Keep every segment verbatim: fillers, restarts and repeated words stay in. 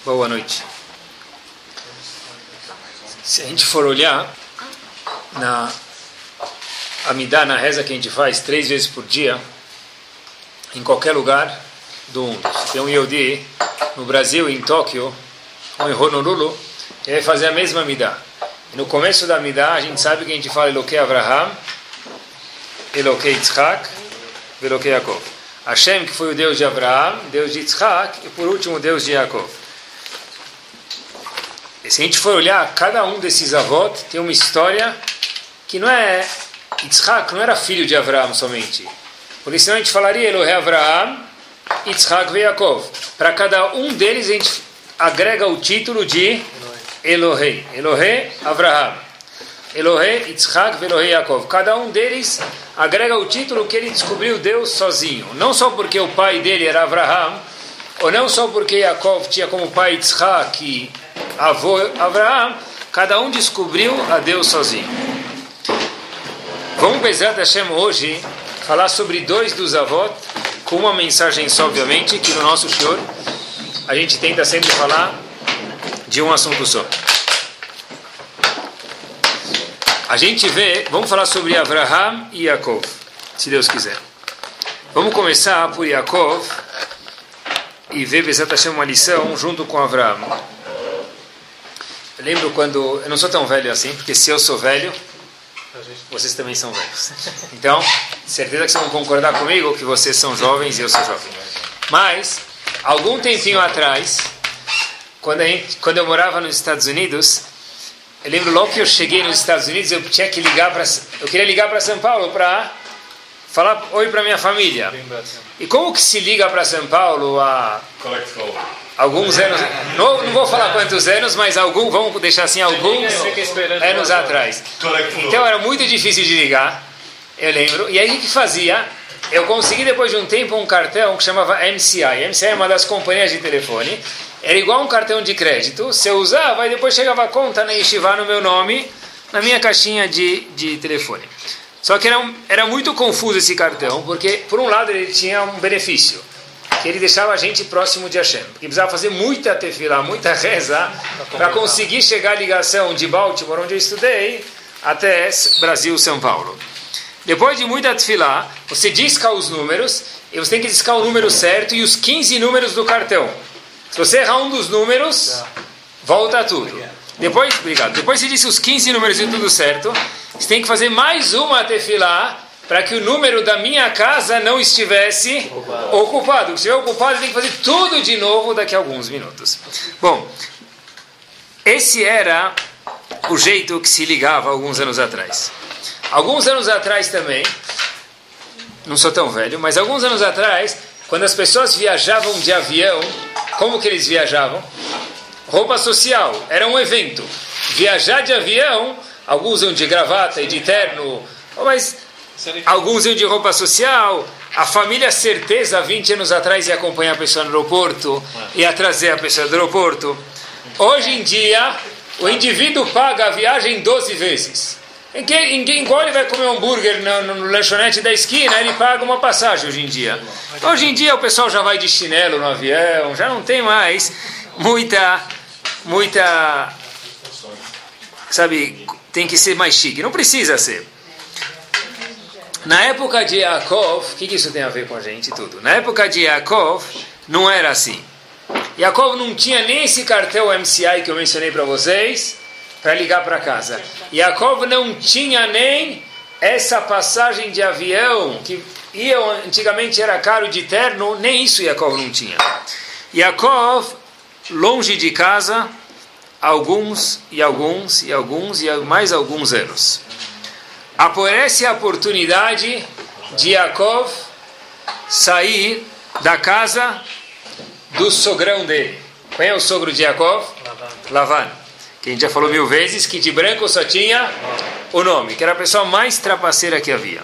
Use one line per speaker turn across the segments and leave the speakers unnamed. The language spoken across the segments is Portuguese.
Boa noite. Se a gente for olhar na Amidá, na reza que a gente faz três vezes por dia, em qualquer lugar do mundo. Se tem um Yehudi no Brasil, em Tóquio, ou em Honolulu, ele vai fazer a mesma Amidá. No começo da Amidá, a gente sabe que a gente fala Elokei Avraham, Elokei Yitzhak, Elokei Yaakov. Hashem, que foi o Deus de Avraham, Deus de Yitzhak, e por último, o Deus de Yaakov. E se a gente for olhar, cada um desses avós tem uma história que não é... Yitzhak não era filho de Avraham somente. Porque senão a gente falaria Elohei Avraham, Yitzhak e Yaakov. Para cada um deles a gente agrega o título de Elohei. Elohei Avraham, Elohei Yitzhak e Elohei Yaakov. Cada um deles agrega o título que ele descobriu Deus sozinho. Não só porque o pai dele era Avraham, ou não só porque Yaakov tinha como pai Yitzhak e avô Avraham. Cada um descobriu a Deus sozinho. Vamos, Bezrat Hashem, hoje falar sobre dois dos avós, com uma mensagem só, obviamente, que no nosso shiur a gente tenta sempre falar de um assunto só. A gente vê, vamos falar sobre Avraham e Yaakov, se Deus quiser. Vamos começar por Yaakov e ver, Bezrat Hashem, uma lição junto com Avraham. Eu lembro quando, eu não sou tão velho assim, porque se eu sou velho, vocês também são velhos. Então, certeza que vocês vão concordar comigo que vocês são jovens e eu sou jovem. Mas, algum tempinho atrás, quando, a gente, quando eu morava nos Estados Unidos, eu lembro logo que eu cheguei nos Estados Unidos, eu tinha que ligar para, eu queria ligar para São Paulo para falar oi para minha família. E como que se liga para São Paulo há alguns anos? Não, não vou falar quantos anos, mas algum, vamos deixar assim, alguns anos atrás. Então era muito difícil de ligar, eu lembro. E aí o que fazia? Eu consegui depois de um tempo um cartão que chamava M C I. M C I é uma das companhias de telefone. Era igual um cartão de crédito. Se eu usava, e depois chegava a conta na Yeshiva no meu nome, na minha caixinha de, de telefone. Só que era, um, era muito confuso esse cartão, porque por um lado ele tinha um benefício, que ele deixava a gente próximo de Hashem, porque precisava fazer muita tefilá, muita reza, para conseguir chegar a ligação de Baltimore, onde eu estudei, até Brasil, São Paulo. Depois de muita tefilá, você disca os números, e você tem que discar o número certo e os quinze números do cartão. Se você errar um dos números, volta tudo. Depois, obrigado. Depois você disse os quinze números e tudo certo, você tem que fazer mais uma tefilá, para que o número da minha casa não estivesse ocupado. ocupado. Se estiver ocupado, tem que fazer tudo de novo daqui a alguns minutos. Bom, esse era o jeito que se ligava alguns anos atrás. Alguns anos atrás também, não sou tão velho, mas alguns anos atrás, quando as pessoas viajavam de avião, como que eles viajavam? Roupa social, era um evento. Viajar de avião, alguns iam de gravata e de terno, mas... alguns iam de roupa social. A família, certeza, vinte anos atrás ia acompanhar a pessoa no aeroporto, ia trazer a pessoa do aeroporto. Hoje em dia, o indivíduo paga a viagem doze vezes. Igual ele vai comer um hambúrguer no, no, no lanchonete da esquina, ele paga uma passagem hoje em dia. Hoje em dia o pessoal já vai de chinelo no avião, já não tem mais muita, muita, sabe, tem que ser mais chique. Não precisa ser. Na época de Yaakov, o que, que isso tem a ver com a gente? Tudo. Na época de Yaakov, não era assim. Yaakov não tinha nem esse cartão M C I que eu mencionei para vocês, para ligar para casa. Yaakov não tinha nem essa passagem de avião, que ia, antigamente era caro de terno, nem isso Yaakov não tinha. Yaakov, longe de casa, alguns e alguns e alguns e mais alguns anos. Aparece a oportunidade de Yaakov sair da casa do sogrão dele. Quem é o sogro de Yaakov? Lavan. Que a gente já falou mil vezes que de branco só tinha o nome, que era a pessoa mais trapaceira que havia.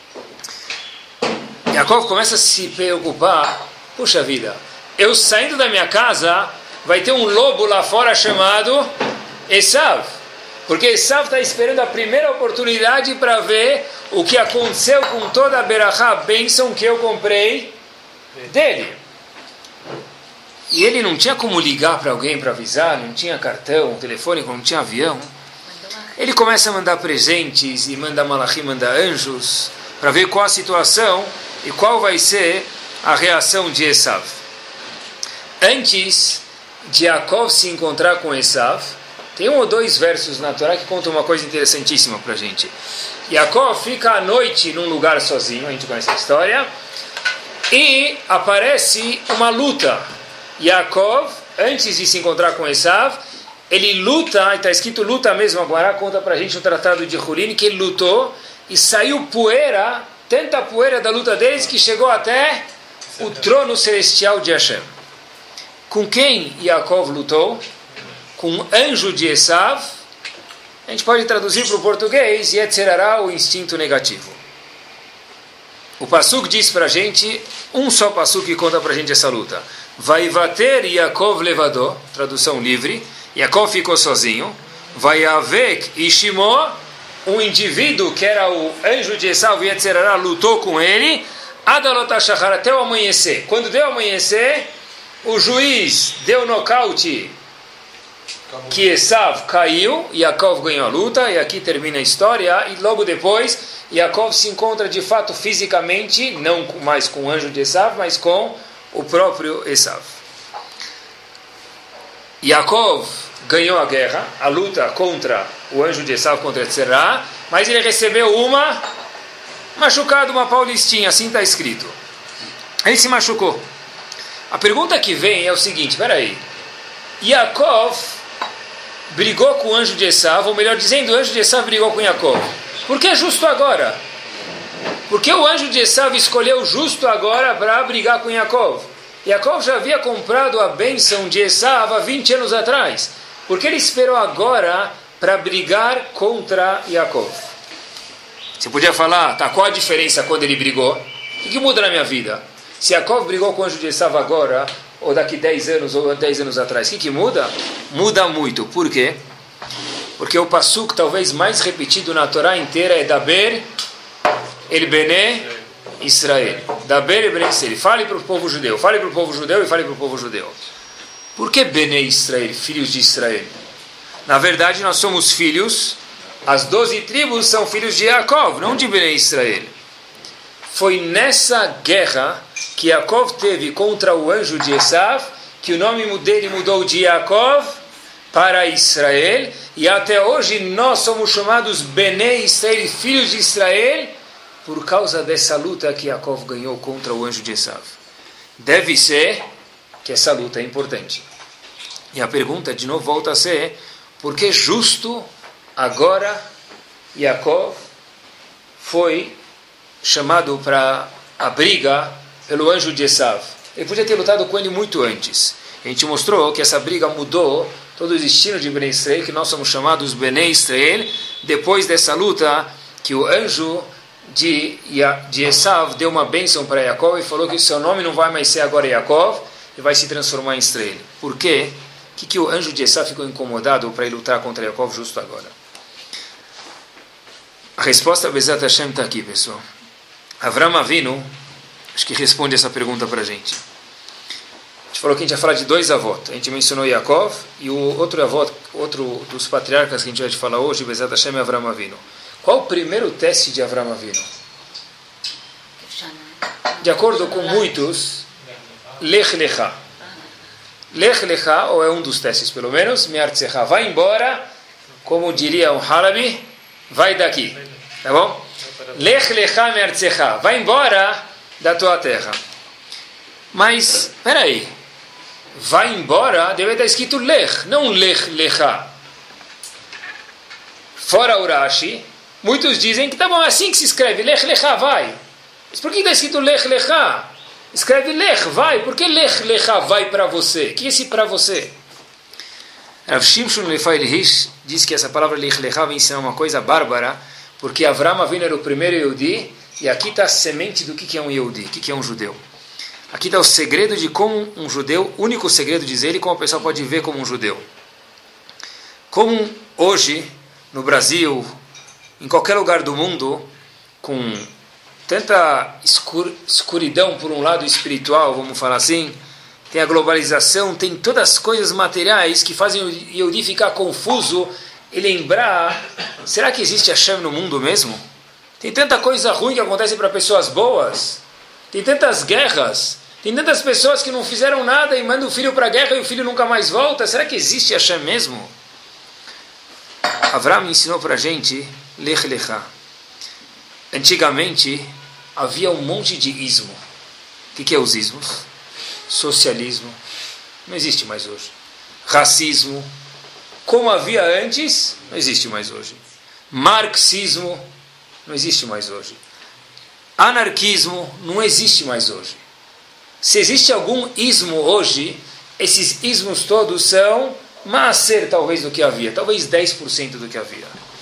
Yaakov começa a se preocupar. Puxa vida, eu saindo da minha casa, vai ter um lobo lá fora chamado Esav. Porque Esav está esperando a primeira oportunidade para ver o que aconteceu com toda a berachá, a bênção que eu comprei dele. e ele não tinha como ligar para alguém para avisar, não tinha cartão, telefone, não tinha avião. Ele começa a mandar presentes e manda malachim, manda anjos, para ver qual a situação e qual vai ser a reação de Esav. Antes de Yaakov se encontrar com Esav, tem um ou dois versos na Torá que contam uma coisa interessantíssima para a gente. Yaakov fica à noite num lugar sozinho, a gente conhece a história, e aparece uma luta. Yaakov, antes de se encontrar com Esav, ele luta, está escrito luta mesmo, agora conta para a gente no Tratado de Hurin, que ele lutou e saiu poeira, tanta poeira da luta deles que chegou até o trono celestial de Hashem. Com quem Yaakov lutou? Com um anjo de Esav. A gente pode traduzir para o português, Yetzerará, o instinto negativo. O Pasuk diz para a gente, um só Pasuk que conta para a gente essa luta. Vaivater Yaakov levador, tradução livre, Yaakov ficou sozinho. Vaiavek Ishimo, um indivíduo que era o anjo de Esav, Yetzerará, lutou com ele, Adalotashachar, até o amanhecer. Quando deu amanhecer, o juiz deu nocaute que Esav caiu, Yaakov ganhou a luta, e aqui termina a história, e logo depois Yaakov se encontra de fato fisicamente, não mais com o anjo de Esav, mas com o próprio Esav. Yaakov ganhou a guerra, a luta contra o anjo de Esav, contra Yetzerará, mas ele recebeu uma machucada, uma paulistinha, assim está escrito. Ele se machucou. A pergunta que vem é o seguinte, espera aí, Yaakov brigou com o anjo de Esav, ou melhor dizendo, o anjo de Esav brigou com Yaakov. Por que justo agora? Por que o anjo de Esav escolheu justo agora para brigar com Yaakov? Yaakov já havia comprado a bênção de Esav há vinte anos atrás. Por que ele esperou agora para brigar contra Yaakov? Você podia falar, tá, qual a diferença quando ele brigou? O que, que muda na minha vida? Se Yaakov brigou com o anjo de Esav agora, ou daqui dez anos, ou dez anos atrás, o que, que muda? Muda muito. Por quê? Porque o pasuk talvez mais repetido na Torá inteira é Daber el Bene Israel. Daber el Bene Israel. Fale para o povo judeu. Fale para o povo judeu e fale para o povo judeu. Por que Bene Israel? Filhos de Israel. Na verdade, nós somos filhos, as doze tribos são filhos de Yaakov, não de Bene Israel. Foi nessa guerra que Yaakov teve contra o anjo de Esav, que o nome dele mudou de Yaakov para Israel, e até hoje nós somos chamados Bene Israel, filhos de Israel, por causa dessa luta que Yaakov ganhou contra o anjo de Esav. Deve ser que essa luta é importante. E a pergunta de novo volta a ser, por que justo agora Yaakov foi chamado para a briga pelo anjo de Esav? Ele podia ter lutado com ele muito antes. A gente mostrou que essa briga mudou todo o destino de Bnei Israel, que nós somos chamados Bnei Israel, depois dessa luta que o anjo de, de Esav deu uma bênção para Yaakov e falou que o seu nome não vai mais ser agora Yaakov, e vai se transformar em Israel. Por quê? O que, que o anjo de Esav ficou incomodado para ir lutar contra Yaakov justo agora? A resposta Bezat Hashem está aqui, pessoal. Avram Avinu, acho que responde essa pergunta para a gente. A gente falou que a gente ia falar de dois avós. A gente mencionou Yaakov e o outro avô, outro dos patriarcas que a gente vai falar hoje, Bezat Hashem, é Avram Avinu. Qual o primeiro teste de Avram Avinu? De acordo com muitos, Lech Lecha. Lech Lecha, ou é um dos testes pelo menos, Me'artzecha, vai embora, como diria um Halabi, vai daqui. Tá bom? Lech Lecha Me'artzecha, vai embora da tua terra. Mas, peraí, vai embora, deve estar escrito Lech, não Lech Lecha. Fora Urashi, muitos dizem que tá bom, é assim que se escreve, Lech Lecha, vai. Mas por que está escrito Lech Lecha? Escreve Lech, vai. Por que Lech Lecha vai para você? O que é esse para você? Rav Shimshon Lefai Lehish diz que essa palavra Lech Lecha vem ensinar uma coisa bárbara, porque Avram Avinu era o primeiro Yehudi, e aqui está a semente do que é um Yehudi, o que é um judeu. Aqui está o segredo de como um judeu, único segredo, diz ele, como a pessoa pode ver como um judeu. Como hoje, no Brasil, em qualquer lugar do mundo, com tanta escur, escuridão por um lado espiritual, vamos falar assim, tem a globalização, tem todas as coisas materiais que fazem o Yehudi ficar confuso e lembrar, será que existe Hashem no mundo mesmo? Tem tanta coisa ruim que acontece para pessoas boas, tem tantas guerras, tem tantas pessoas que não fizeram nada e mandam o filho para a guerra e o filho nunca mais volta, será que existe Hashem mesmo? Avraham ensinou para a gente, Lech Lecha. Antigamente havia um monte de ismo. O que, que é os ismos? Socialismo, não existe mais hoje. Racismo, como havia antes, não existe mais hoje. Marxismo, não existe mais hoje. Anarquismo, não existe mais hoje. Se existe algum ismo hoje, esses ismos todos são maaser, talvez, do que havia. Talvez dez por cento do que havia.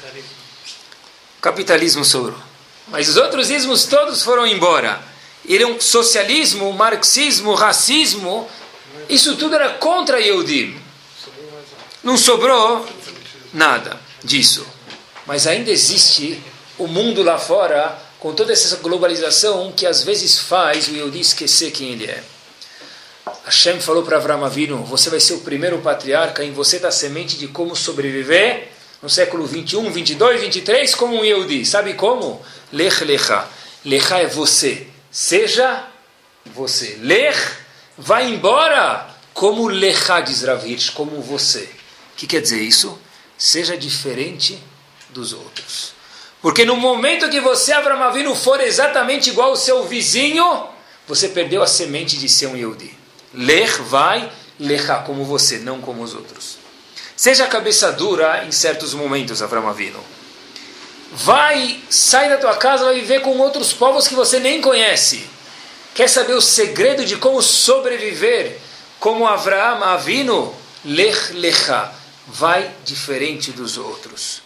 O capitalismo sobrou. Mas os outros ismos todos foram embora. Eram socialismo, marxismo, racismo. Isso tudo era contra Yehudim. Não sobrou nada disso. Mas ainda existe o mundo lá fora, com toda essa globalização que às vezes faz o Yehudi esquecer quem ele é. Hashem falou para Avraham Avinu, você vai ser o primeiro patriarca, em você está a semente de como sobreviver no século vinte e um, vinte e dois, vinte e três, como um Yehudi. Sabe como? Lech Lecha. Lecha é você. Seja você. Lech, vai embora como Lecha, diz Rav Hirsch, como você. O que quer dizer isso? Seja diferente dos outros. Porque no momento que você, Avraham Avinu, for exatamente igual ao seu vizinho, você perdeu a semente de ser um Yehudi. Lech, vai, Lecha, como você, não como os outros. Seja cabeça dura em certos momentos, Avraham Avinu. Vai, sai da tua casa, vai viver com outros povos que você nem conhece. Quer saber o segredo de como sobreviver como Avraham Avinu? Lech Lecha, vai diferente dos outros.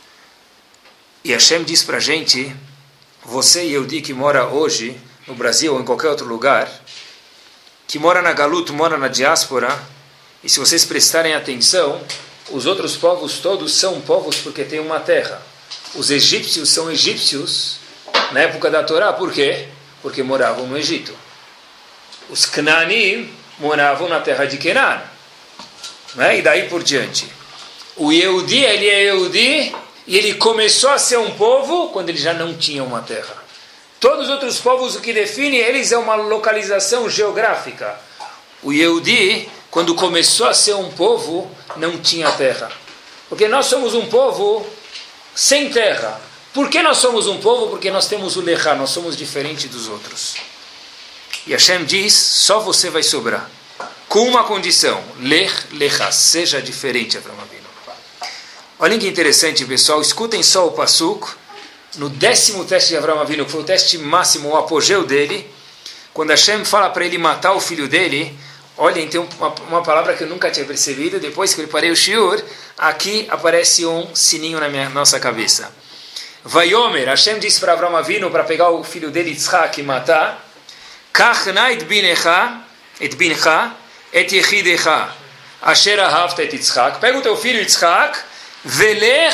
E Hashem diz para a gente, você Yehudi que mora hoje no Brasil ou em qualquer outro lugar, que mora na Galut, mora na diáspora, e se vocês prestarem atenção, os outros povos todos são povos porque têm uma terra. Os egípcios são egípcios na época da Torá, por quê? Porque moravam no Egito. Os Cananim moravam na terra de Kenan. Né? E daí por diante. O Yehudi, ele é Yehudi, e ele começou a ser um povo quando ele já não tinha uma terra. Todos os outros povos, o que define eles é uma localização geográfica. O Yehudi, quando começou a ser um povo, não tinha terra. Porque nós somos um povo sem terra. Por que nós somos um povo? Porque nós temos o Lecha, nós somos diferentes dos outros. E Hashem diz, só você vai sobrar. Com uma condição, Lech Lecha, seja diferente, Avraham Avinu. Olhem que interessante, pessoal, escutem só o Pasuk, no décimo teste de Avraham Avinu, que foi o teste máximo, o apogeu dele, quando Hashem fala para ele matar o filho dele, olhem, tem uma, uma palavra que eu nunca tinha percebido, depois que eu preparei o shiur, aqui aparece um sininho na minha, nossa cabeça. Vayomer, Hashem disse para Avraham Avinu, para pegar o filho dele, Yitzhak, e matar, Kach na et binecha, et bincha, et yechidecha, asher ahavta et Yitzhak, pega o teu filho Yitzhak, velech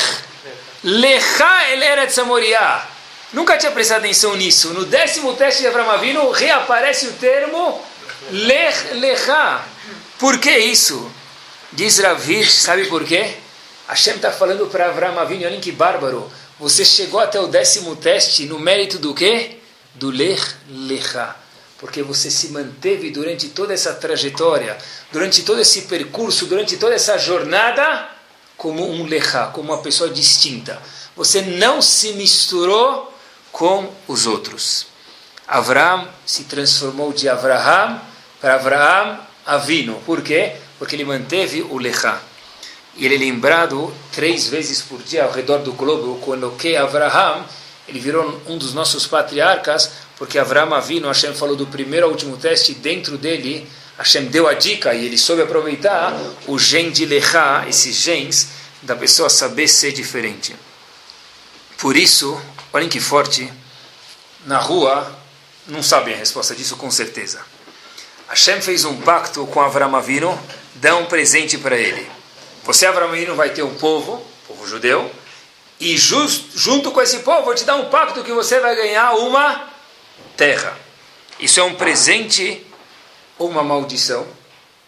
lecha el eretz Moriah. Nunca tinha prestado atenção nisso. No décimo teste de Avraham Avinu, reaparece o termo lech lecha. Por que isso? Diz Rav Hirsch, sabe por quê? Hashem está falando para Avraham Avinu, olhem que bárbaro. Você chegou até o décimo teste no mérito do quê? Do lech lecha. Porque você se manteve durante toda essa trajetória, durante todo esse percurso, durante toda essa jornada, como um lecha, como uma pessoa distinta. Você não se misturou com os outros. Avraham se transformou de Avraham para Avraham Avinu. Por quê? Porque ele manteve o lecha. E ele é lembrado três vezes por dia ao redor do globo, quando que Avraham, ele virou um dos nossos patriarcas, porque Avraham Avinu, Hashem falou do primeiro ao último teste, dentro dele, Hashem deu a dica e ele soube aproveitar o gen de Lecha, esses gens da pessoa saber ser diferente. Por isso, olhem que forte, na rua, não sabem a resposta disso com certeza. Hashem fez um pacto com Avraham Avinu, dá um presente para ele. Você, Avraham Avinu, vai ter um povo, povo judeu, e just, junto com esse povo, eu te dar um pacto que você vai ganhar uma terra. Isso é um presente ou uma maldição?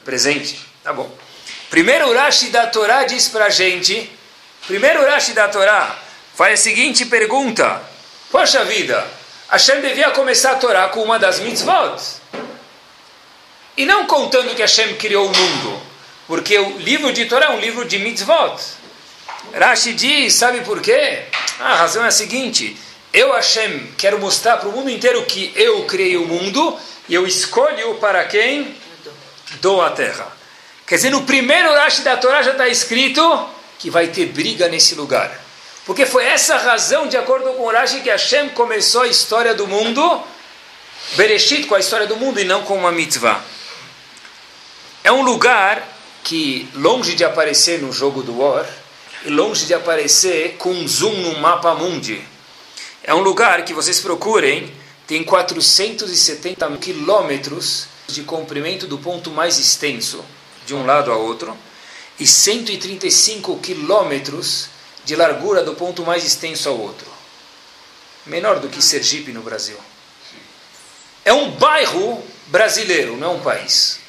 Presente. Tá bom. Primeiro Rashi da Torá diz para a gente, primeiro Rashi da Torá faz a seguinte pergunta. Poxa vida, Hashem devia começar a Torá com uma das mitzvot. E não contando que Hashem criou o mundo. Porque o livro de Torá é um livro de mitzvot. Rashi diz, sabe por quê? Ah, a razão é a seguinte. Eu, Hashem, quero mostrar para o mundo inteiro que eu criei o mundo e eu escolho para quem dou a terra. Quer dizer, no primeiro Rashi da Torá já está escrito que vai ter briga nesse lugar. Porque foi essa razão, de acordo com o Rashi, que Hashem começou a história do mundo, Bereshit, com a história do mundo, e não com uma mitzvah. É um lugar que, longe de aparecer no jogo do War, e longe de aparecer com um zoom no mapa mundi, é um lugar que vocês procurem, tem quatrocentos e setenta quilômetros de comprimento do ponto mais extenso, de um lado a outro, e cento e trinta e cinco quilômetros de largura do ponto mais extenso ao outro. Menor do que Sergipe no Brasil. É um bairro brasileiro, não é um país.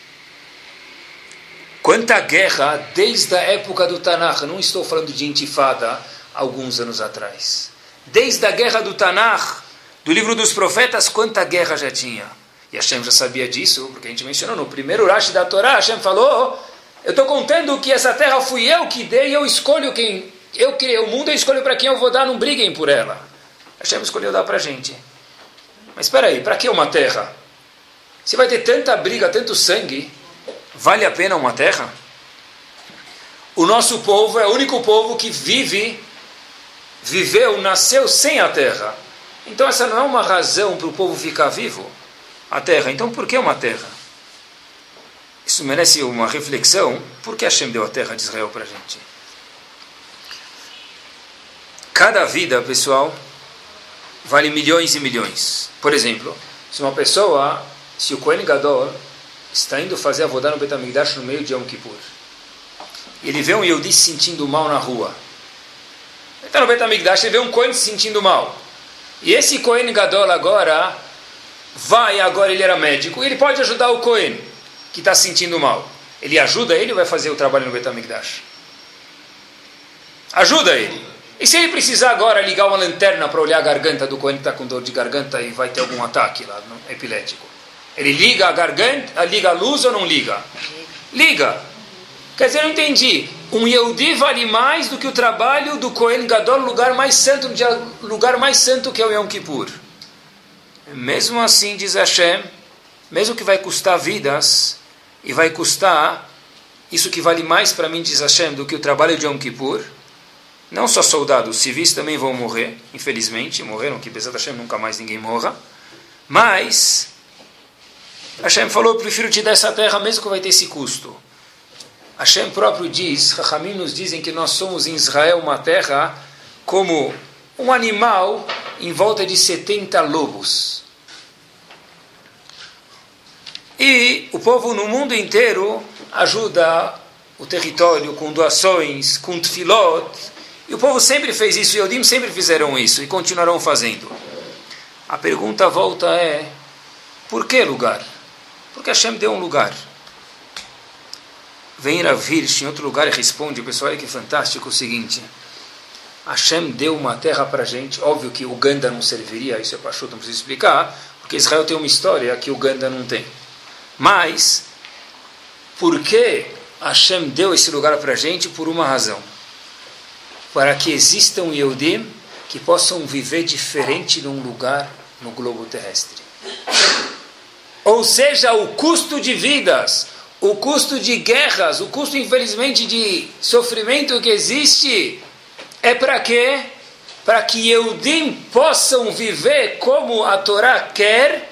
Quanta guerra desde a época do Tanakh, não estou falando de intifada alguns anos atrás. Desde a guerra do Tanakh, do livro dos profetas, quanta guerra já tinha. E Hashem já sabia disso, porque a gente mencionou no primeiro Rashi da Torá, Hashem falou, eu estou contando que essa terra fui eu que dei, eu escolho quem, eu criei o mundo, eu escolho para quem eu vou dar, não briguem por ela. Hashem escolheu dar para a gente. Mas espera aí, para que uma terra? Se vai ter tanta briga, tanto sangue, vale a pena uma terra? O nosso povo é o único povo que vive, viveu, nasceu sem a terra. Então essa não é uma razão para o povo ficar vivo. A terra. Então por que uma terra? Isso merece uma reflexão. Por que Hashem deu a terra de Israel para a gente? Cada vida, pessoal, vale milhões e milhões. Por exemplo, se uma pessoa, se o Kohen Gadol está indo fazer avodá no Beit HaMikdash no meio de Yom Kippur, e ele vê um Yehudi se sentindo mal na rua. Ele está no Beit HaMikdash, ele vê um Kohen se sentindo mal. E esse Kohen Gadol agora vai, agora ele era médico, e ele pode ajudar o Kohen, que está se sentindo mal. Ele ajuda ele ou vai fazer o trabalho no Beit HaMikdash? Ajuda ele. E se ele precisar agora ligar uma lanterna para olhar a garganta do Kohen que está com dor de garganta e vai ter algum ataque lá, no, epilético? Ele liga a garganta, liga a luz ou não liga? Liga. Quer dizer, eu não entendi. Um Yehudi vale mais do que o trabalho do Kohen Gadol, lugar mais santo, lugar mais santo que é o Yom Kippur. Mesmo assim, diz Hashem, mesmo que vai custar vidas, e vai custar, isso que vale mais para mim, diz Hashem, do que o trabalho de Yom Kippur, não só soldados, civis também vão morrer, infelizmente, morreram, que Bezat Hashem nunca mais ninguém morra, mas Hashem falou, eu prefiro te dar essa terra mesmo que vai ter esse custo. Hashem próprio diz, Chachamim nos dizem que nós somos em Israel uma terra como um animal em volta de setenta lobos. E o povo no mundo inteiro ajuda o território com doações, com tefilot. E o povo sempre fez isso, e Yodim sempre fizeram isso, e continuarão fazendo. A pergunta volta é, por que lugar? Porque Hashem deu um lugar. Vem Rav Hirsch em outro lugar e responde, pessoal, olha que fantástico o seguinte, Hashem deu uma terra para a gente, óbvio que Uganda não serviria, isso é pachuto, não preciso explicar, porque Israel tem uma história que Uganda não tem. Mas, por que Hashem deu esse lugar para a gente? Por uma razão. Para que existam Yehudim que possam viver diferente num lugar no globo terrestre. Ou seja, o custo de vidas, o custo de guerras, o custo, infelizmente, de sofrimento que existe, é para quê? Para que Yehudim possam viver como a Torá quer,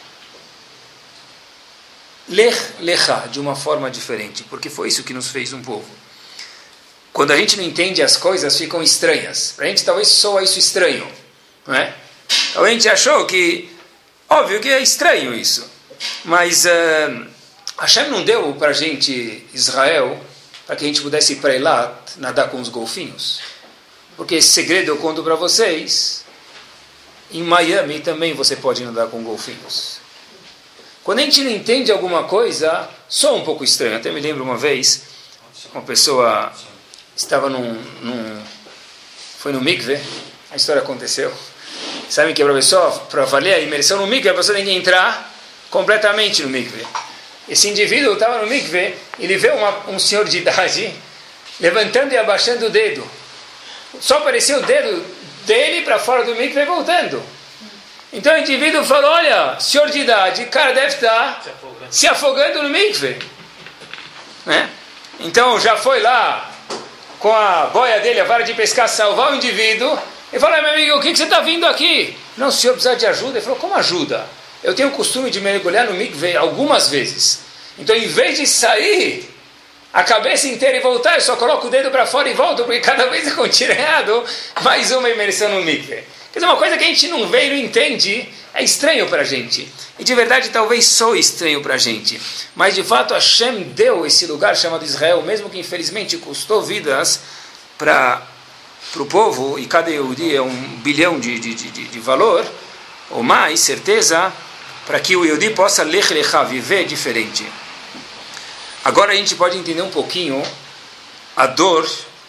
lech lecha, de uma forma diferente, porque foi isso que nos fez um povo. Quando a gente não entende, as coisas ficam estranhas. Para a gente talvez soa isso estranho, não é? Então a gente achou que, óbvio que é estranho isso, mas uh, Hashem não deu para a gente Israel para que a gente pudesse ir para Eilat nadar com os golfinhos. Porque esse segredo eu conto para vocês. Em Miami também você pode nadar com golfinhos. Quando a gente não entende alguma coisa, soa um pouco estranho. Até me lembro uma vez, uma pessoa estava num... num foi no mikve, a história aconteceu. Sabem que para a pessoa, para valer a imersão no mikve, a pessoa tem que entrar completamente no mikve. Esse indivíduo estava no mikve, ele vê uma, um senhor de idade levantando e abaixando o dedo. Só apareceu o dedo dele para fora do mikve e voltando. Então o indivíduo falou, olha, senhor de idade, o cara deve estar se afogando, se afogando no mikve. Né? Então já foi lá com a boia dele, a vara de pescar, salvar o indivíduo. Ele falou, meu amigo, o que, que você está vindo aqui? Não, o senhor precisa de ajuda. Ele falou, como ajuda? Eu tenho o costume de mergulhar no mikve algumas vezes. Então, em vez de sair a cabeça inteira e voltar, eu só coloco o dedo para fora e volto, porque cada vez que eu tiro errado, mais uma imersão no mikve. Quer dizer, uma coisa que a gente não vê e não entende, é estranho para a gente. E de verdade, talvez soe estranho para a gente. Mas, de fato, Hashem deu esse lugar chamado Israel, mesmo que, infelizmente, custou vidas para o povo, e cada Yehudi é um bilhão de, de, de, de valor, ou mais, certeza, para que o Yehudi possa lech lechá, viver diferente. Agora a gente pode entender um pouquinho a dor,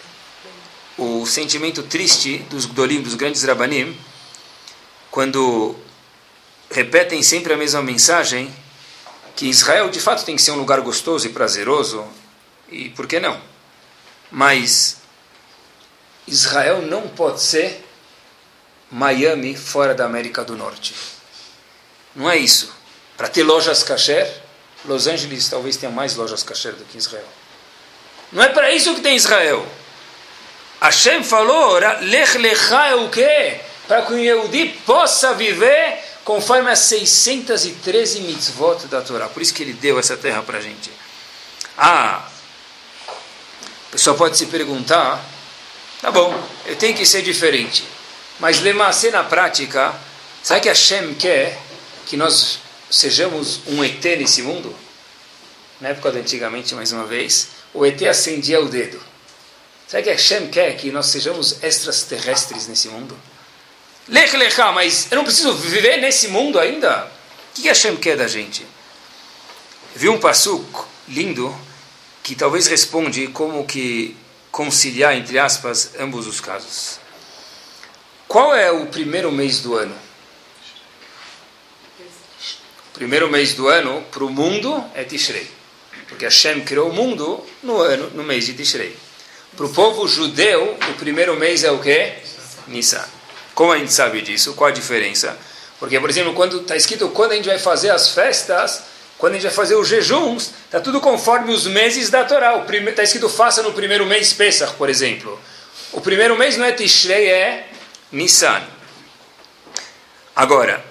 o sentimento triste dos Gdolim, dos grandes Rabanim, quando repetem sempre a mesma mensagem, que Israel de fato tem que ser um lugar gostoso e prazeroso, e por que não? Mas Israel não pode ser Miami fora da América do Norte. Não é isso. Para ter lojas kasher, Los Angeles talvez tenha mais lojas kasher do que Israel. Não é para isso que tem Israel. Hashem falou, lech lechá é o quê? Para que o Yehudi possa viver conforme as seiscentas e treze mitzvot da Torá. Por isso que ele deu essa terra para a gente. Ah, o pessoal pode se perguntar, tá bom, eu tenho que ser diferente. Mas lemacê na prática, sabe que Hashem quer que nós sejamos um E T nesse mundo? Na época de antigamente, mais uma vez, o E T acendia o dedo. Sabe que Hashem quer que nós sejamos extraterrestres nesse mundo? Lech lechá, mas eu não preciso viver nesse mundo ainda? O que Hashem quer da gente? Vi um passuk lindo que talvez responde como que conciliar, entre aspas, ambos os casos. Qual é o primeiro mês do ano? O primeiro mês do ano para o mundo é Tishrei. Porque Hashem criou o mundo no ano, no mês de Tishrei. Para o povo judeu, o primeiro mês é o quê? Nissan. Como a gente sabe disso? Qual a diferença? Porque, por exemplo, quando está escrito quando a gente vai fazer as festas, quando a gente vai fazer os jejuns, está tudo conforme os meses da Torá. Está escrito faça no primeiro mês Pesach, por exemplo. O primeiro mês não é Tishrei, é Nissan. Agora,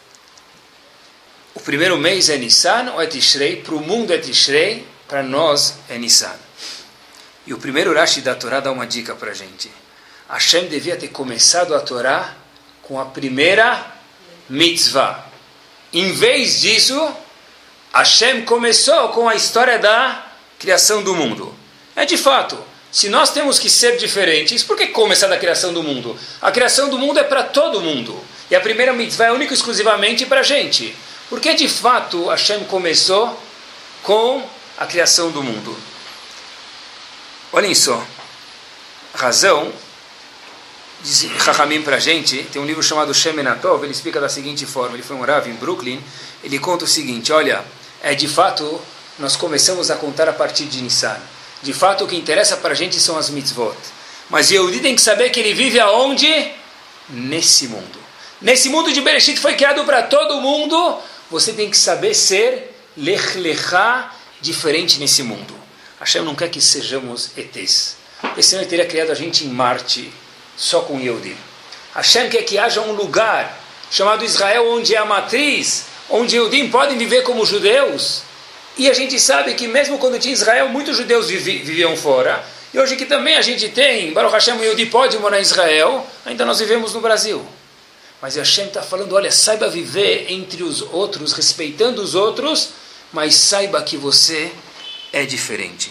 o primeiro mês é Nissan ou é Tishrei? Para o mundo é Tishrei, para nós é Nissan. E o primeiro Rashi da Torá dá uma dica para a gente. Hashem devia ter começado a Torá com a primeira mitzvah. Em vez disso, Hashem começou com a história da criação do mundo. É de fato, se nós temos que ser diferentes, por que começar da criação do mundo? A criação do mundo é para todo mundo. E a primeira mitzvah é única e exclusivamente para a gente. Porque de fato Hashem começou com a criação do mundo. Olhem só, a razão, diz Chachamim para a gente, tem um livro chamado Shemen Atov, ele explica da seguinte forma, ele foi um Rav em Brooklyn, ele conta o seguinte, olha, é de fato, nós começamos a contar a partir de Nissan. De fato, o que interessa para a gente são as mitzvot. Mas Yehudi tem que saber que ele vive aonde? Nesse mundo. Nesse mundo de Bereshit foi criado para todo mundo, você tem que saber ser lech lechá diferente nesse mundo. Hashem não quer que sejamos E Tês. Porque senão ele teria criado a gente em Marte, só com Yehudi. Hashem quer que haja um lugar chamado Israel, onde é a matriz, onde Yehudim podem viver como judeus. E a gente sabe que mesmo quando tinha Israel, muitos judeus vivi, viviam fora. E hoje que também a gente tem, Baruch Hashem, o Yehudi pode morar em Israel, ainda nós vivemos no Brasil. Mas Hashem está falando, olha, saiba viver entre os outros, respeitando os outros, mas saiba que você é diferente.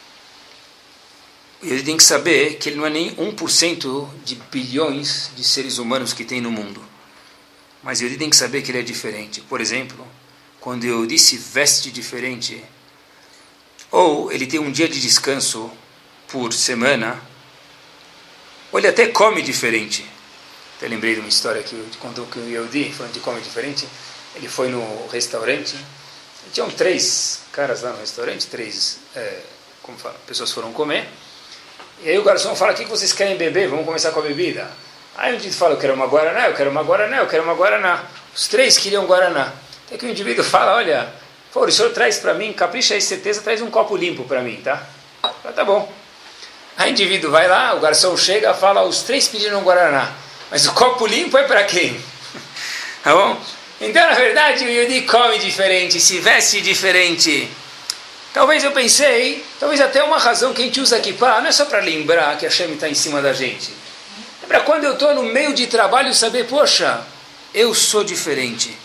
E ele tem que saber que ele não é nem um por cento de bilhões de seres humanos que tem no mundo. Mas ele tem que saber que ele é diferente. Por exemplo, quando o Yehudi se veste diferente, ou ele tem um dia de descanso por semana, ou ele até come diferente. Até lembrei de uma história que contou que o Yehudi, falando de come diferente, ele foi no restaurante, e tinham três caras lá no restaurante, três, é, como fala, pessoas foram comer, e aí o garçom fala, o que vocês querem beber? Vamos começar com a bebida. Aí o indivíduo fala, eu quero uma Guaraná, eu quero uma Guaraná, eu quero uma Guaraná. Os três queriam Guaraná. Até que o indivíduo fala, olha, pô, o senhor traz para mim, capricha aí, certeza, traz um copo limpo para mim, tá? Fala, tá bom. Aí o indivíduo vai lá, o garçom chega e fala, os três pediram Guaraná, mas o copo limpo é para quem? Tá bom? Então, na verdade, o Yehudi come diferente, se veste diferente. Talvez eu pensei, talvez até uma razão que a gente usa aqui, pá, não é só para lembrar que a Hashem está em cima da gente. É para quando eu estou no meio de trabalho saber, poxa, eu sou diferente.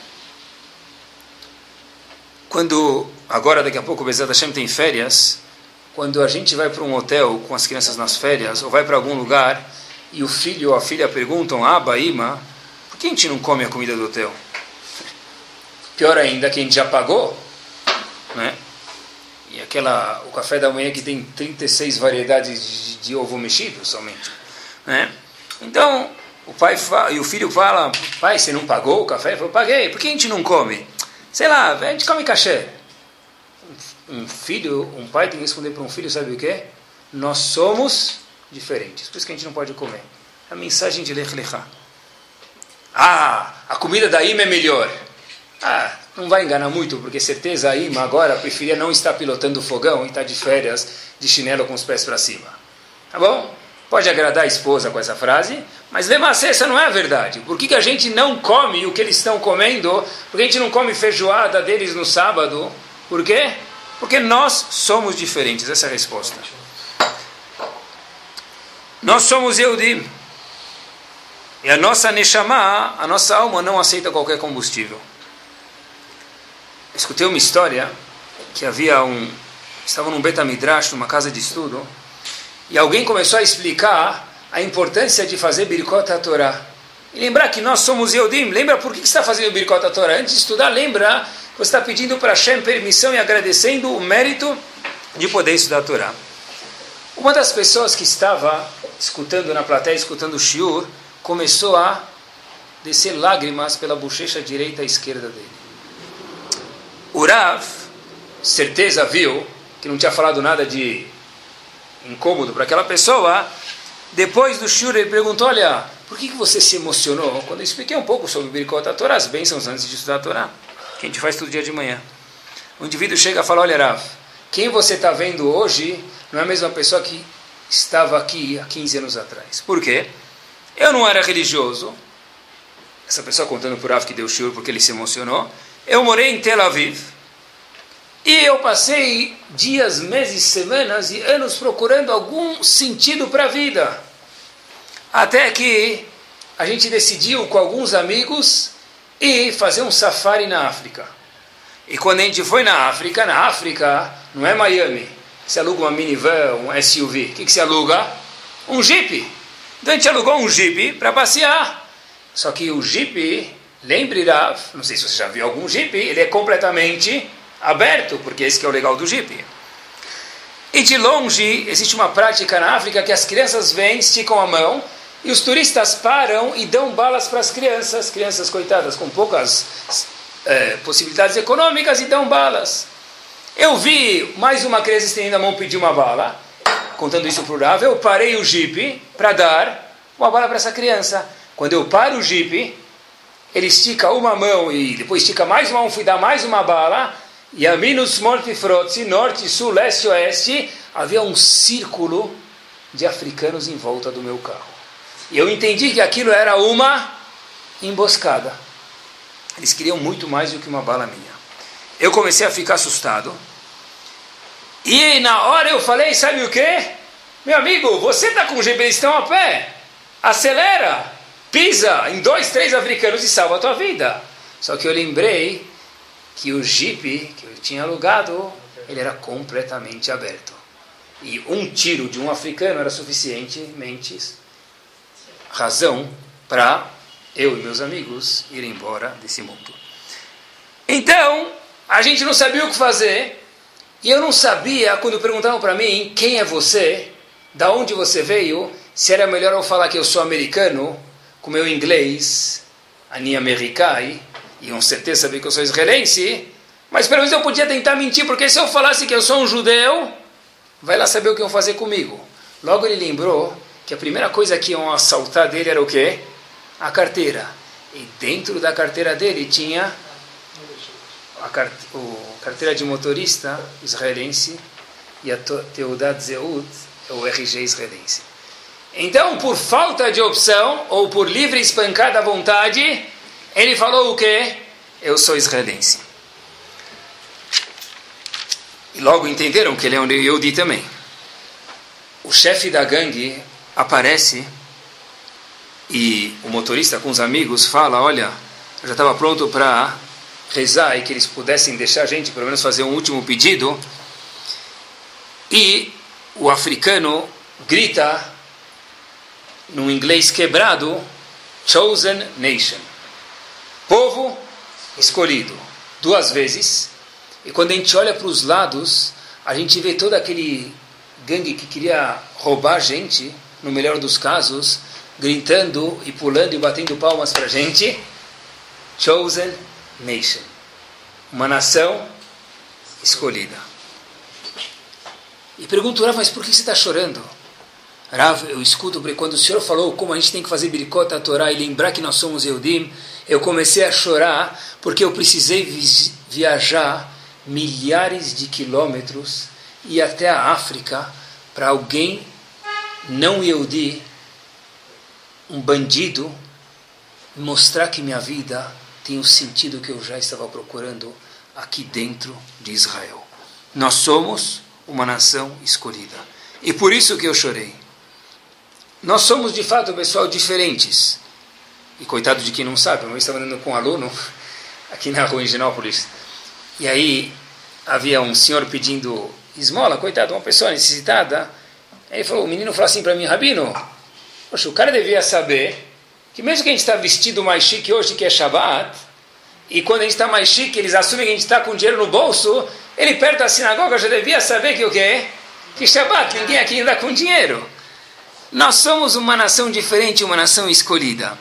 Quando, agora daqui a pouco o Bezat Hashem tem férias, quando a gente vai para um hotel com as crianças nas férias, ou vai para algum lugar, e o filho ou a filha perguntam, Aba, Ima, por que a gente não come a comida do hotel? Pior ainda, que a gente já pagou, né? E aquela, o café da manhã que tem trinta e seis variedades de, de ovo mexido somente, né? Então, o pai fala, e o filho fala, pai, você não pagou o café? Eu falo, paguei, por que a gente não come? Sei lá, a gente come cachê. Um filho, um pai tem que responder para um filho, sabe o quê? Nós somos diferentes, por isso que a gente não pode comer. A mensagem de Lech Lechá. Ah, a comida da Ima é melhor. Ah, não vai enganar muito, porque certeza a Ima agora preferia não estar pilotando o fogão e estar de férias, de chinelo com os pés para cima. Tá bom? Pode agradar a esposa com essa frase, mas lemar-se, essa não é a verdade. Por que, que a gente não come o que eles estão comendo? Por que a gente não come feijoada deles no sábado? Por quê? Porque nós somos diferentes. Essa é a resposta. Nós somos Yehudim. E a nossa Neshama, a nossa alma, não aceita qualquer combustível. Escutei uma história que havia um... Estava num Beit HaMidrash, numa casa de estudo, e alguém começou a explicar a importância de fazer Birkot HaTorah. E lembrar que nós somos Yehudim. Lembra por que você está fazendo Birkot HaTorah? Antes de estudar, lembra que você está pedindo para Hashem permissão e agradecendo o mérito de poder estudar a Torá. Uma das pessoas que estava escutando na plateia, escutando o shiur, começou a descer lágrimas pela bochecha direita e esquerda dele. O Rav, certeza viu que não tinha falado nada de incômodo para aquela pessoa. Depois do shiur ele perguntou, olha, por que você se emocionou quando eu expliquei um pouco sobre o Birkot HaTorah, as bênçãos antes de estudar a Torá, que a gente faz todo dia de manhã. O indivíduo chega e fala, olha Rav, quem você está vendo hoje não é a mesma pessoa que estava aqui há quinze anos atrás. Por quê? Eu não era religioso. Essa pessoa contando para o Rav que deu shiur porque ele se emocionou. Eu morei em Tel Aviv. E eu passei dias, meses, semanas e anos procurando algum sentido para a vida. Até que a gente decidiu com alguns amigos ir fazer um safari na África. E quando a gente foi na África, na África não é Miami. Você aluga uma minivan, um S U V. O que, que você aluga? Um Jeep. Então a gente alugou um Jeep para passear. Só que o Jeep, lembre, Rav, não sei se você já viu algum Jeep, ele é completamente aberto, porque esse que é o legal do Jeep. E de longe, existe uma prática na África que as crianças vêm, esticam a mão, e os turistas param e dão balas para as crianças, crianças coitadas com poucas é, possibilidades econômicas, e dão balas. Eu vi mais uma criança estendendo a mão pedir uma bala, contando isso para o Rav, eu parei o Jeep para dar uma bala para essa criança. Quando eu paro o Jeep, ele estica uma mão e depois estica mais uma mão, fui dar mais uma bala, e a minus morte frotzi, norte, sul, leste, oeste, havia um círculo de africanos em volta do meu carro. E eu entendi que aquilo era uma emboscada. Eles queriam muito mais do que uma bala minha. Eu comecei a ficar assustado. E na hora eu falei, sabe o quê? Meu amigo, você está com o Jeep, eles estão a pé. Acelera, pisa em dois, três africanos e salva a tua vida. Só que eu lembrei que o Jeep que eu tinha alugado, ele era completamente aberto. E um tiro de um africano era suficientemente razão para eu e meus amigos ir embora desse mundo. Então, a gente não sabia o que fazer, e eu não sabia, quando perguntavam para mim, quem é você, da onde você veio, se era melhor eu falar que eu sou americano, com meu inglês, ani americai, e com certeza sabia que eu sou israelense, mas pelo menos eu podia tentar mentir, porque se eu falasse que eu sou um judeu, vai lá saber o que iam fazer comigo. Logo ele lembrou que a primeira coisa que iam assaltar dele era o quê? A carteira. E dentro da carteira dele tinha a cart o carteira de motorista israelense e a Teudat Zeut, o R G israelense. Então, por falta de opção, ou por livre espancada à vontade, ele falou o quê? Eu sou israelense. E logo entenderam que ele é um Yehudi também. O chefe da gangue aparece e o motorista com os amigos fala, olha, eu já estava pronto para rezar e que eles pudessem deixar a gente pelo menos fazer um último pedido. E o africano grita num inglês quebrado, Chosen Nation, povo escolhido, duas vezes. E quando a gente olha para os lados, a gente vê todo aquele gangue que queria roubar a gente, no melhor dos casos, gritando e pulando e batendo palmas para a gente. Chosen Nation, uma nação escolhida. E pergunto, Rav, mas por que você está chorando? Rav, eu escuto, porque quando o senhor falou como a gente tem que fazer birikot a Torá e lembrar que nós somos Yehudim, eu comecei a chorar porque eu precisei vi viajar milhares de quilômetros e até a África para alguém não Yehudi, um bandido, mostrar que minha vida tem o sentido que eu já estava procurando aqui dentro de Israel. Nós somos uma nação escolhida. E por isso que eu chorei. Nós somos, de fato, pessoal, diferentes. E coitado de quem não sabe, eu estava andando com um aluno aqui na rua em Genópolis. E aí havia um senhor pedindo esmola, coitado, uma pessoa necessitada. Aí ele falou, o menino falou assim para mim, Rabino, poxa, o cara devia saber que mesmo que a gente está vestido mais chique hoje, que é Shabbat, e quando a gente está mais chique, eles assumem que a gente está com dinheiro no bolso, ele perto da sinagoga já devia saber que o quê? Que Shabbat, ninguém aqui anda com dinheiro. Nós somos uma nação diferente, uma nação escolhida.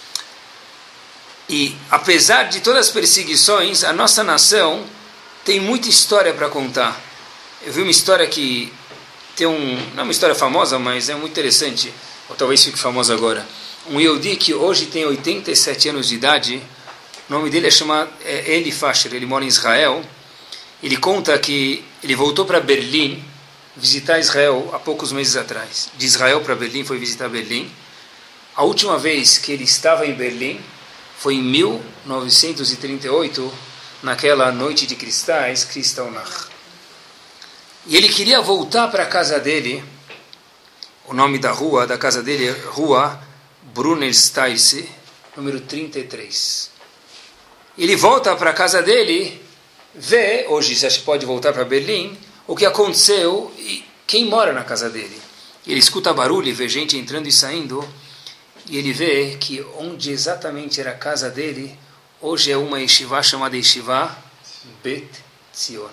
E apesar de todas as perseguições, a nossa nação tem muita história para contar. Eu vi uma história que tem um, não é uma história famosa, mas é muito interessante, ou talvez fique famosa agora. Um Yehudi que hoje tem oitenta e sete anos de idade, o nome dele é chamado é Eli Fasher, ele mora em Israel. Ele conta que ele voltou para Berlim visitar Israel há poucos meses atrás. De Israel para Berlim, foi visitar Berlim. A última vez que ele estava em Berlim foi em mil novecentos e trinta e oito, naquela noite de cristais, Kristallnacht. E ele queria voltar para a casa dele. O nome da rua, da casa dele é Rua Brunnerstraße, número trinta e três. Ele volta para a casa dele, vê, hoje já se pode voltar para Berlim, o que aconteceu e quem mora na casa dele. Ele escuta barulho, vê gente entrando e saindo, e ele vê que onde exatamente era a casa dele, hoje é uma yeshiva chamada Yeshiva Bet Zion.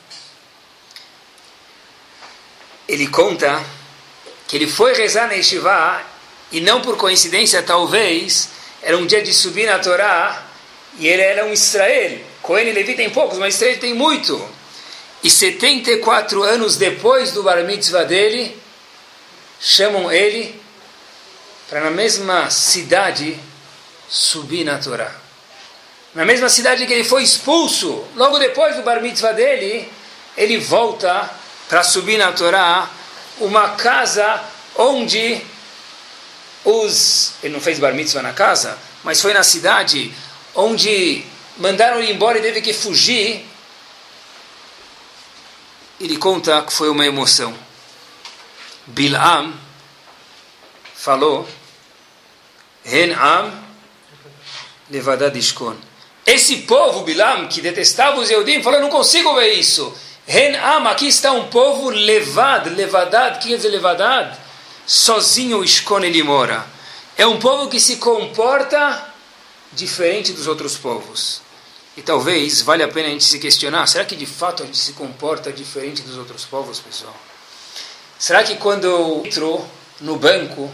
Ele conta que ele foi rezar na yeshiva, e não por coincidência, talvez, era um dia de subir na Torá, e ele era um Israel. Cohen e Levi tem poucos, mas Israel tem muito. E setenta e quatro anos depois do bar mitzvah dele, chamam ele para na mesma cidade subir na Torá. Na mesma cidade que ele foi expulso, logo depois do bar mitzvah dele, ele volta para subir na Torá, uma casa onde os... Ele não fez bar mitzvah na casa, mas foi na cidade onde mandaram ele embora e teve que fugir. Ele conta que foi uma emoção. Bilam falou, Hen Am Levadad Ishkon. Esse povo, Bilam, que detestava os Yehudim, falou, não consigo ver isso. Hen Am, aqui está um povo levad, levadad, o que quer dizer levadad? Sozinho o Ishkon ele mora. É um povo que se comporta diferente dos outros povos. E talvez valha a pena a gente se questionar, será que de fato a gente se comporta diferente dos outros povos, pessoal? Será que quando eu entro no banco,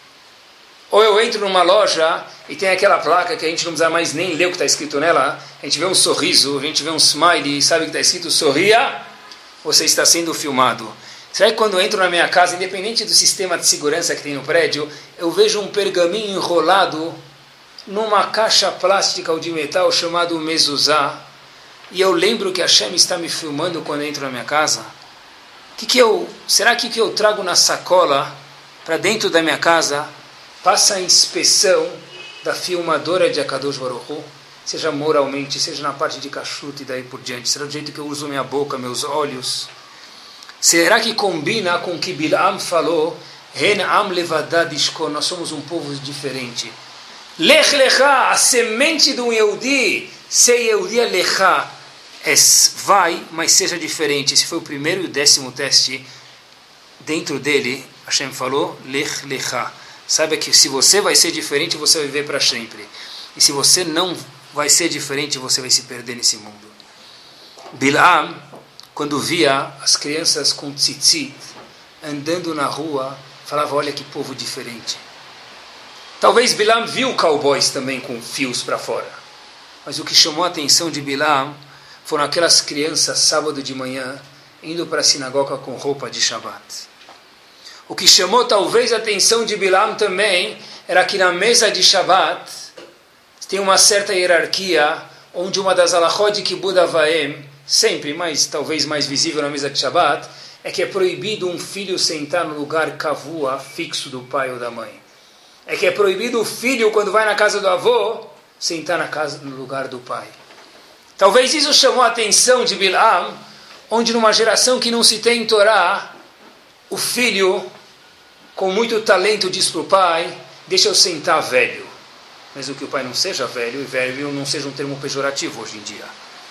ou eu entro numa loja e tem aquela placa que a gente não precisa mais nem ler o que está escrito nela, a gente vê um sorriso, a gente vê um smile, sabe que está escrito sorria, você está sendo filmado. Será que quando eu entro na minha casa, independente do sistema de segurança que tem no prédio, eu vejo um pergaminho enrolado numa caixa plástica ou de metal chamado mezuzá, e eu lembro que a Hashem está me filmando quando eu entro na minha casa? Que que eu, será que o que eu trago na sacola para dentro da minha casa passa a inspeção da filmadora de Akadosh Baruch Hu, seja moralmente, seja na parte de kashrut e daí por diante? Será do jeito que eu uso minha boca, meus olhos? Será que combina com o que Bilam falou? Ren am levadad ishkon, nós somos um povo diferente. Lech lecha, a semente do Yehudi, se Yehudi é lecha, é vai, mas seja diferente. Esse foi o primeiro e o décimo teste. Dentro dele, Hashem falou, lech lecha. Saiba que se você vai ser diferente, você vai viver para sempre. E se você não vai ser diferente, você vai se perder nesse mundo. Bilam, quando via as crianças com tzitzit, andando na rua, falava, olha que povo diferente. Talvez Bilam viu cowboys também com fios para fora. Mas o que chamou a atenção de Bilam foram aquelas crianças, sábado de manhã, indo para a sinagoga com roupa de Shabbat. O que chamou talvez a atenção de Bilam também era que na mesa de Shabbat tem uma certa hierarquia, onde uma das alachot de Kibud Avaim, sempre, mas talvez mais visível na mesa de Shabbat, é que é proibido um filho sentar no lugar kavua, fixo do pai ou da mãe. É que é proibido o filho, quando vai na casa do avô, sentar na casa, no lugar do pai. Talvez isso chamou a atenção de Bilam, onde numa geração que não se tem em Torá, o filho, com muito talento, diz para o pai, deixa eu sentar velho. Mesmo que o pai não seja velho, e velho não seja um termo pejorativo hoje em dia.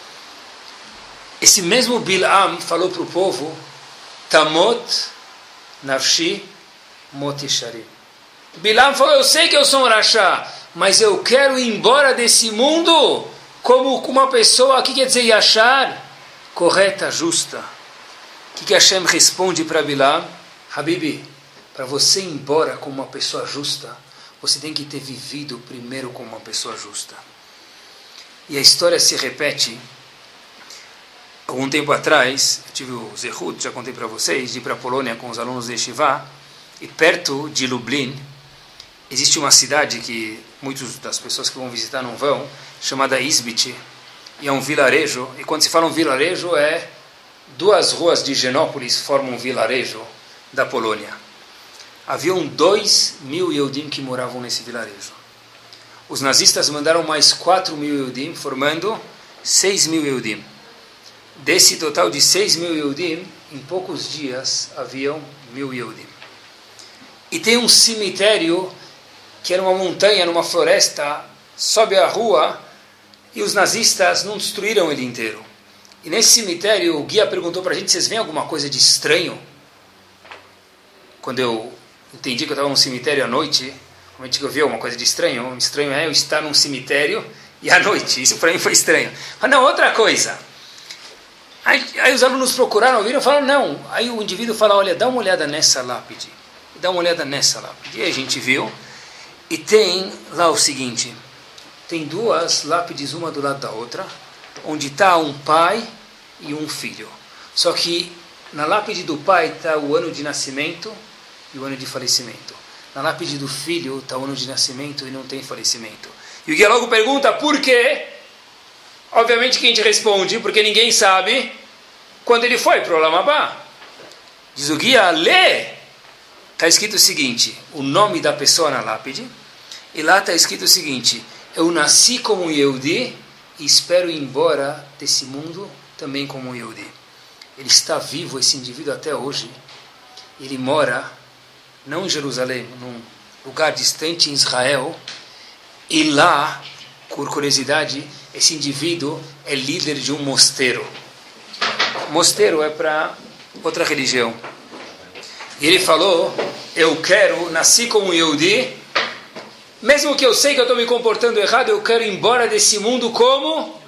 Esse mesmo Bilam falou para o povo, Tamot nafshi mot yesharim. Bilam falou, eu sei que eu sou um rachá, mas eu quero ir embora desse mundo como uma pessoa, que quer dizer yashar, correta, justa. O que, que Hashem responde para Bilam? Habibi, para você ir embora como uma pessoa justa, você tem que ter vivido primeiro como uma pessoa justa. E a história se repete. Algum tempo atrás, eu tive o Zehut, já contei para vocês, de ir para a Polônia com os alunos de Yeshiva, e perto de Lublin, existe uma cidade que muitas das pessoas que vão visitar não vão, chamada Izbit, e é um vilarejo, e quando se fala um vilarejo, é duas ruas de Genópolis formam um vilarejo da Polônia. Haviam dois mil Yehudim que moravam nesse vilarejo. Os nazistas mandaram mais quatro mil Yehudim, formando seis mil Yehudim. Desse total de seis mil Yehudim, em poucos dias haviam mil Yehudim. E tem um cemitério que era uma montanha, numa floresta, sobe a rua, e os nazistas não destruíram ele inteiro. E nesse cemitério, o guia perguntou para a gente, vocês veem alguma coisa de estranho? Quando eu entendi que eu estava num cemitério à noite, realmente que eu vi alguma coisa de estranho, o estranho é eu estar num cemitério e à noite, isso para mim foi estranho. Mas não, outra coisa. Aí, aí os alunos procuraram, ouviram e falaram, não. Aí o indivíduo fala, olha, dá uma olhada nessa lápide. Dá uma olhada nessa lápide. E aí a gente viu, e tem lá o seguinte, tem duas lápides, uma do lado da outra, onde está um pai e um filho. Só que na lápide do pai está o ano de nascimento e o ano de falecimento. Na lápide do filho está o ano de nascimento e não tem falecimento. E o guia logo pergunta, por quê? Obviamente que a gente responde, porque ninguém sabe quando ele foi para o Olam Abá. Diz o guia, lê! Está escrito o seguinte, o nome da pessoa na lápide, e lá está escrito o seguinte, eu nasci como Yehudi e espero ir embora desse mundo também como Yehudi. Ele está vivo, esse indivíduo, até hoje. Ele mora, não em Jerusalém, num lugar distante em Israel, e lá, por curiosidade, esse indivíduo é líder de um mosteiro. Mosteiro é para outra religião. E ele falou, eu quero, nasci como Yehudi, mesmo que eu sei que eu estou me comportando errado, eu quero ir embora desse mundo como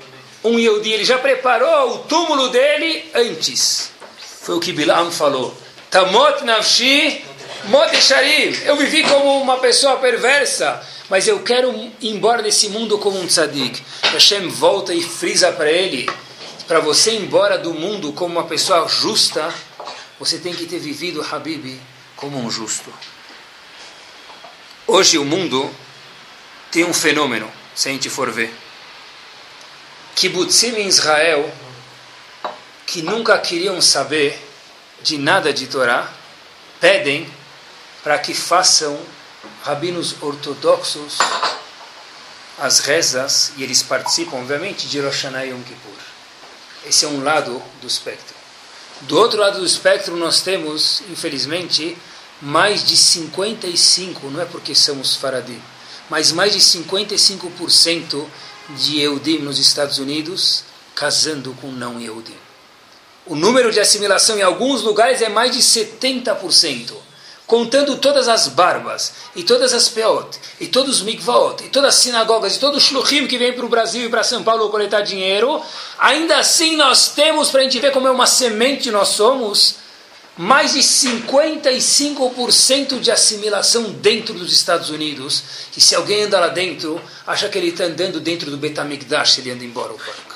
um Yehudi, ele já preparou o túmulo dele antes. Foi o que Bilam falou. Tamot nafshi mot esharim. Eu vivi como uma pessoa perversa, mas eu quero ir embora desse mundo como um tzadik. Hashem volta e frisa para ele, para você ir embora do mundo como uma pessoa justa, você tem que ter vivido, Habibi, como um justo. Hoje o mundo tem um fenômeno, se a gente for ver. Kibbutzim em Israel, que nunca queriam saber de nada de Torá, pedem para que façam rabinos ortodoxos as rezas, e eles participam, obviamente, de Rosh Hashanah e Yom Kippur. Esse é um lado do espectro. Do outro lado do espectro nós temos, infelizmente, mais de cinquenta e cinco por cento, não é porque somos faradim, mas mais de cinquenta e cinco por cento de Yehudim nos Estados Unidos casando com não Yehudim. O número de assimilação em alguns lugares é mais de setenta por cento. Contando todas as barbas, e todas as peot, e todos os mikvaot, e todas as sinagogas, e todos os shluchim que vêm para o Brasil e para São Paulo coletar dinheiro, ainda assim nós temos, para a gente ver como é uma semente nós somos, mais de cinquenta e cinco por cento de assimilação dentro dos Estados Unidos, que se alguém anda lá dentro, acha que ele está andando dentro do Bet HaMikdash se ele anda embora ao parque.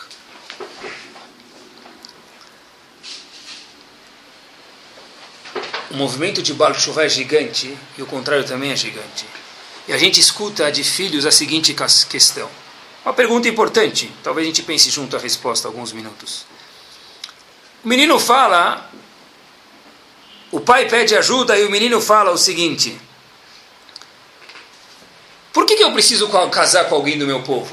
O movimento de Baal Tshuva é gigante, e o contrário também é gigante. E a gente escuta de filhos a seguinte questão. Uma pergunta importante, talvez a gente pense junto a resposta alguns minutos. O menino fala, o pai pede ajuda e o menino fala o seguinte: por que, que eu preciso casar com alguém do meu povo?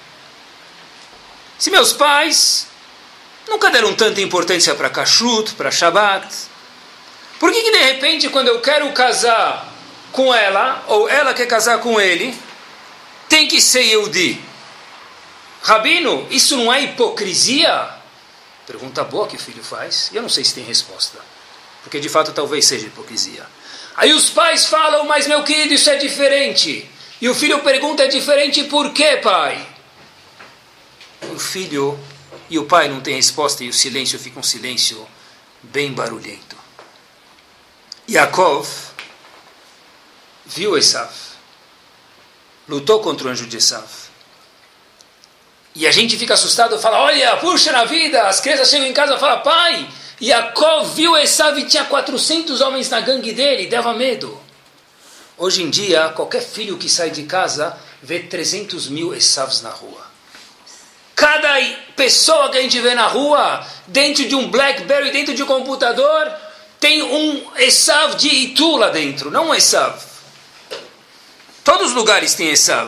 Se meus pais nunca deram tanta importância para Kashrut, para Shabbat, por que, que de repente quando eu quero casar com ela, ou ela quer casar com ele, tem que ser Yehudi? Rabino, isso não é hipocrisia? Pergunta boa que o filho faz, e eu não sei se tem resposta, porque de fato talvez seja hipocrisia. Aí os pais falam, mas meu querido, isso é diferente. E o filho pergunta, é diferente por quê, pai? O filho e o pai não têm resposta, e o silêncio fica um silêncio bem barulhento. Yaakov viu Esav, lutou contra o anjo de Esav. E a gente fica assustado e fala, olha, puxa na vida, as crianças chegam em casa e falam, pai, Yaakov viu Esav e tinha quatrocentos homens na gangue dele, dava medo. Hoje em dia, qualquer filho que sai de casa vê trezentos mil Esavs na rua. Cada pessoa que a gente vê na rua, dentro de um BlackBerry, dentro de um computador, tem um Esav de Itu lá dentro, não um Esav. Todos os lugares tem Esav.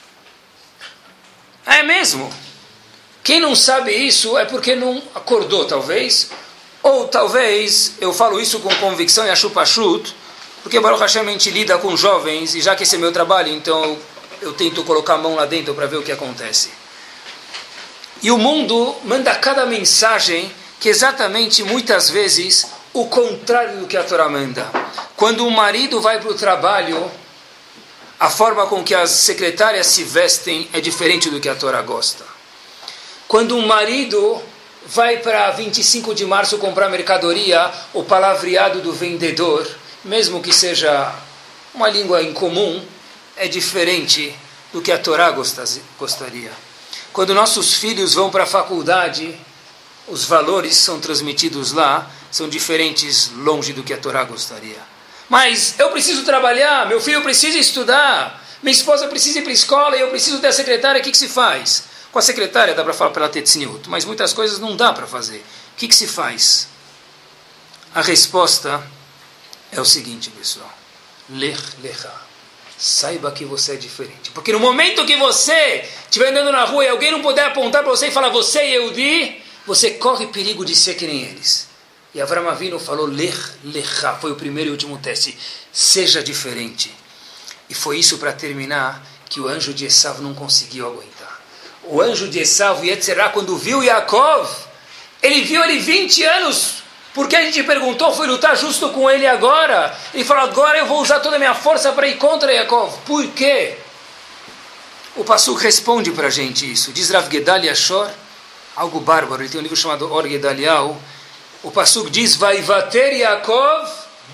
É mesmo. Quem não sabe isso é porque não acordou, talvez. Ou talvez, eu falo isso com convicção e a chupa-chut, porque Baruch Hashem a gente lida com jovens, e já que esse é meu trabalho, então eu, eu tento colocar a mão lá dentro para ver o que acontece. E o mundo manda cada mensagem que exatamente, muitas vezes, o contrário do que a Torá manda. Quando o marido vai para o trabalho, a forma com que as secretárias se vestem é diferente do que a Torá gosta. Quando o marido vai para vinte e cinco de março comprar mercadoria, o palavreado do vendedor, mesmo que seja uma língua incomum, é diferente do que a Torá gostaria. Quando nossos filhos vão para a faculdade, os valores são transmitidos lá, são diferentes, longe do que a Torá gostaria. Mas eu preciso trabalhar, meu filho precisa estudar, minha esposa precisa ir para a escola e eu preciso ter a secretária, o que, que se faz? Com a secretária dá para falar para ela ter tzniut, mas muitas coisas não dá para fazer. O que, que se faz? A resposta é o seguinte, pessoal. Lech lecha. Saiba que você é diferente. Porque no momento que você estiver andando na rua e alguém não puder apontar para você e falar, você é Yehudi, você corre perigo de ser que nem eles. E Avram Avinu falou, Lech lecha, foi o primeiro e último teste. Seja diferente. E foi isso, para terminar, que o anjo de Esav não conseguiu aguentar. O anjo de Esav, Yetzerá, quando viu Yaakov, ele viu ele vinte anos, porque a gente perguntou, foi lutar justo com ele agora. Ele falou, agora eu vou usar toda a minha força para ir contra Yaakov. Por quê? O Passuk responde para a gente isso. Diz Rav Gedal Yashor, algo bárbaro. Ele tem um livro chamado Or Gedaliah. O Pasuk diz, Vaivater Yaakov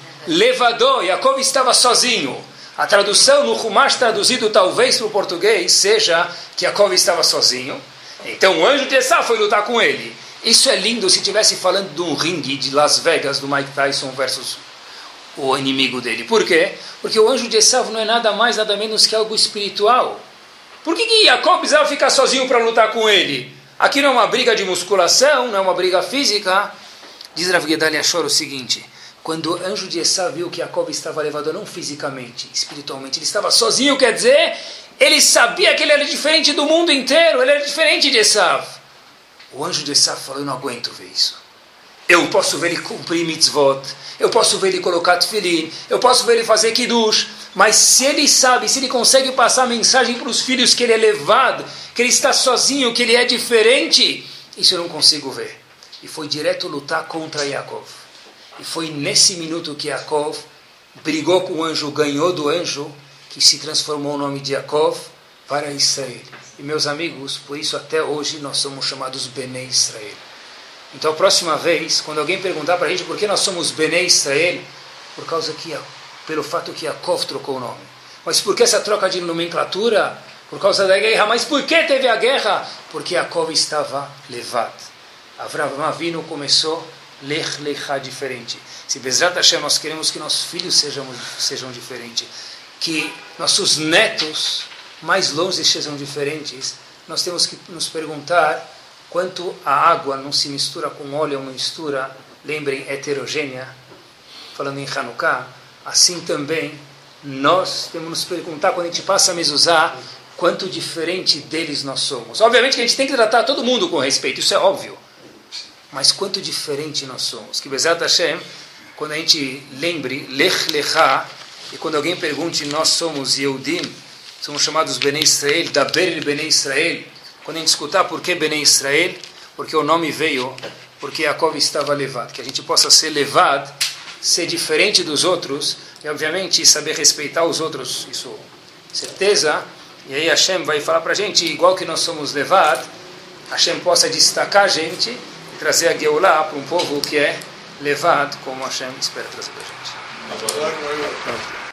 levador. Yaakov estava sozinho. A tradução no Humash traduzido talvez para o português seja que Yaakov estava sozinho. Então o anjo de Esav foi lutar com ele. Isso é lindo se estivesse falando de um ringue de Las Vegas, do Mike Tyson versus o inimigo dele. Por quê? Porque o anjo de Esav não é nada mais, nada menos que algo espiritual. Por que, que Yaakov precisava ficar sozinho para lutar com ele? Aqui não é uma briga de musculação, não é uma briga física. Diz Rav Gedalia Shor o seguinte, quando o anjo de Esav viu que Yaakov estava levado não fisicamente, espiritualmente, ele estava sozinho, quer dizer, ele sabia que ele era diferente do mundo inteiro, ele era diferente de Esav. O anjo de Esav falou, eu não aguento ver isso. Eu posso ver ele cumprir mitzvot, eu posso ver ele colocar tefilin, eu posso ver ele fazer kiddush, mas se ele sabe, se ele consegue passar a mensagem para os filhos que ele é levado, que ele está sozinho, que ele é diferente, isso eu não consigo ver. E foi direto lutar contra Yaakov. E foi nesse minuto que Yaakov brigou com o anjo, ganhou do anjo, que se transformou o nome de Yaakov para Israel. E meus amigos, por isso até hoje nós somos chamados Benei Israel. Então a próxima vez, quando alguém perguntar para a gente por que nós somos Benei Israel, por causa que, pelo fato que Yaakov trocou o nome. Mas por que essa troca de nomenclatura? Por causa da guerra. Mas por que teve a guerra? Porque Yaakov estava levado. Avraham Avinu começou Lech Lechá diferente. Se Bezrat Hashem nós queremos que nossos filhos sejam, sejam diferentes, que nossos netos mais longe sejam diferentes, nós temos que nos perguntar quanto a água não se mistura com óleo, é uma mistura, lembrem, heterogênea, falando em Hanukkah, assim também nós temos que nos perguntar, quando a gente passa a mezuzá, quanto diferente deles nós somos. Obviamente que a gente tem que tratar todo mundo com respeito, isso é óbvio. Mas quanto diferente nós somos. Que Bezrat Hashem, quando a gente lembre Lech Lechá, e quando alguém pergunte, nós somos Yehudim, somos chamados Benei Israel, Daber Benei Israel, quando a gente escutar por que Benei Israel, porque o nome veio, porque Yaakov estava levado, que a gente possa ser levado, ser diferente dos outros, e obviamente saber respeitar os outros, isso, certeza, e aí Hashem vai falar para a gente, igual que nós somos levados, Hashem possa destacar a gente, trazer a Geulah para um povo que é levado, como Hashem espera trazer para a gente.